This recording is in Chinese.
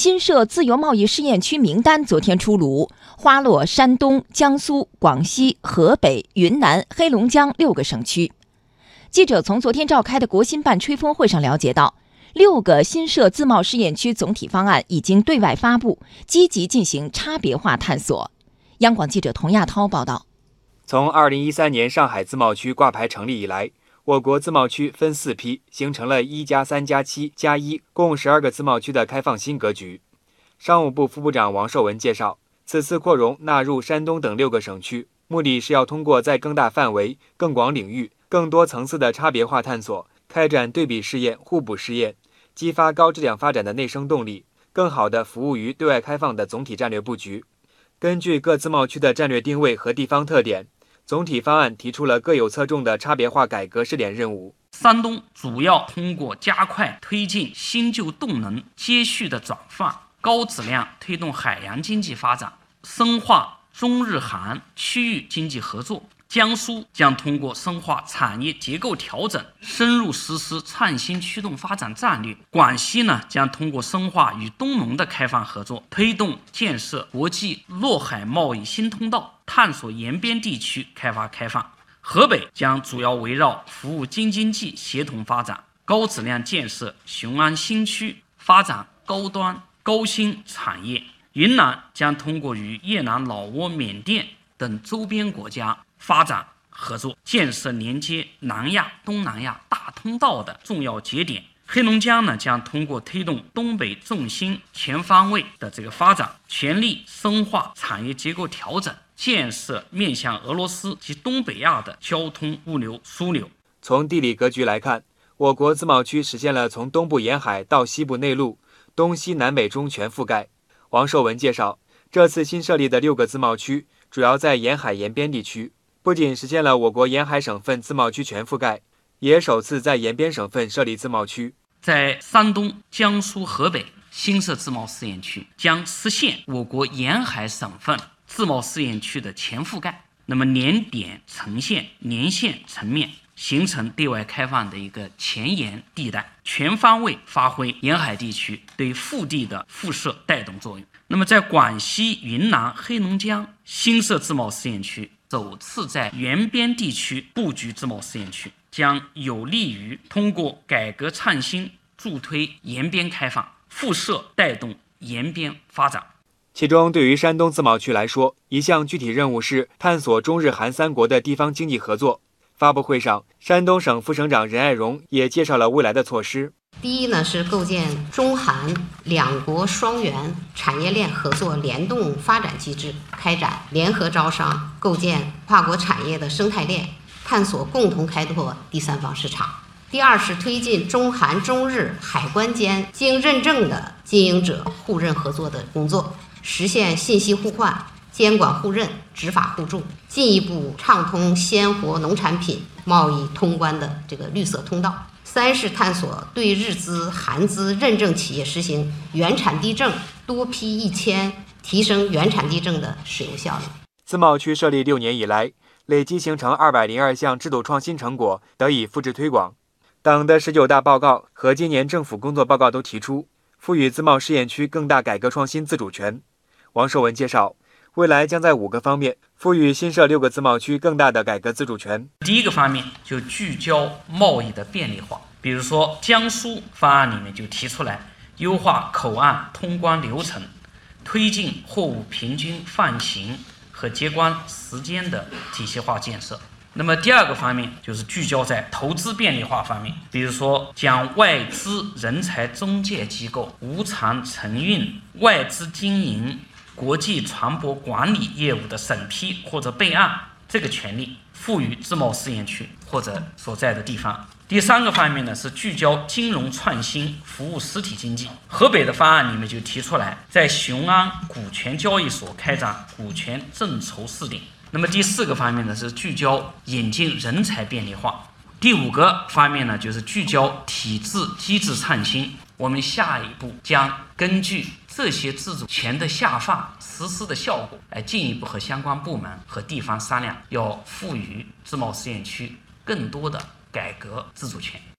新设自由贸易试验区名单昨天出炉，花落山东、江苏、广西、河北、云南、黑龙江6个省区。记者从昨天召开的国新办吹风会上了解到，6个新设自贸试验区总体方案已经对外发布，积极进行差别化探索。央广记者童亚涛报道。 从2013年上海自贸区挂牌成立以来，我国自贸区分4批，形成了1+3+7+1，共12个自贸区的开放新格局。商务部副部长王受文介绍，此次扩容纳入山东等6个省区，目的是要通过在更大范围、更广领域、更多层次的差别化探索，开展对比试验、互补试验，激发高质量发展的内生动力，更好地服务于对外开放的总体战略布局。根据各自贸区的战略定位和地方特点，总体方案提出了各有侧重的差别化改革试点任务。 山东主要通过加快推进新旧动能接续的转换，高质量推动海洋经济发展，深化中日韩区域经济合作。江苏将通过深化产业结构调整，深入实施创新驱动发展战略。广西呢，将通过深化与东盟的开放合作，推动建设国际陆海贸易新通道，探索沿边地区开放。河北将主要围绕服务京津冀协同发展，高质量建设雄安新区，发展高端高新产业。云南将通过与越南、老挝、缅甸等周边国家发展合作，建设连接南亚、东南亚大通道的重要节点。黑龙江呢，将通过推动东北重心全方位的发展，全力深化产业结构调整，建设面向俄罗斯及东北亚的交通物流枢纽。 从地理格局来看，我国自贸区实现了从东部沿海到西部内陆、东西南北中全覆盖。王受文介绍，这次新设立的6个自贸区主要在沿海沿边地区，不仅实现了我国沿海省份自贸区全覆盖，也首次在沿边省份设立自贸区。 在山东、江苏、河北新设自贸试验区，将实现我国沿海省份自贸试验区的全覆盖。那么连点成线、连线成面，形成对外开放的一个前沿地带，全方位发挥沿海地区对腹地的辐射带动作用。那么在广西、云南、黑龙江新设自贸试验区，首次在沿边地区布局自贸试验区，将有利于通过改革创新助推沿边开放，辐射带动沿边发展。 其中，对于山东自贸区来说，一项具体任务是探索中日韩3国的地方经济合作。发布会上，山东省副省长任爱荣也介绍了未来的措施。 第一呢，是构建中韩2国双元产业链合作联动发展机制，开展联合招商，构建跨国产业的生态链，探索共同开拓第三方市场。第二是推进中韩、中日海关间经认证的经营者互认合作的工作，实现信息互换、监管互认、执法互助，进一步畅通鲜活农产品贸易通关的绿色通道。3是探索对日资、韩资认证企业实行原产地证多批一签，提升原产地证的使用效率。 自贸区设立6年以来，累计形成202项制度创新成果得以复制推广。党的19大报告和今年政府工作报告都提出，赋予自贸试验区更大改革创新自主权。王受文介绍，未来将在5个方面赋予新设6个自贸区更大的改革自主权。 第一个方面就聚焦贸易的便利化，比如说江苏方案里面就提出来优化口岸通关流程，推进货物平均放行和接关时间的体系化建设。那么第2个方面就是聚焦在投资便利化方面，比如说将外资人才中介机构无偿承运、外资经营国际船舶管理业务的审批或者备案这个权利赋予自贸试验区或者所在的地方。第3个方面呢，是聚焦金融创新，服务实体经济。河北的方案里面就提出来，在雄安股权交易所开展股权证筹试点。那么第4个方面呢，是聚焦引进人才便利化。第5个方面呢，就是聚焦体制机制创新。我们下一步将根据这些自主权的下放实施的效果，来进一步和相关部门和地方商量，要赋予自贸试验区更多的改革自主权。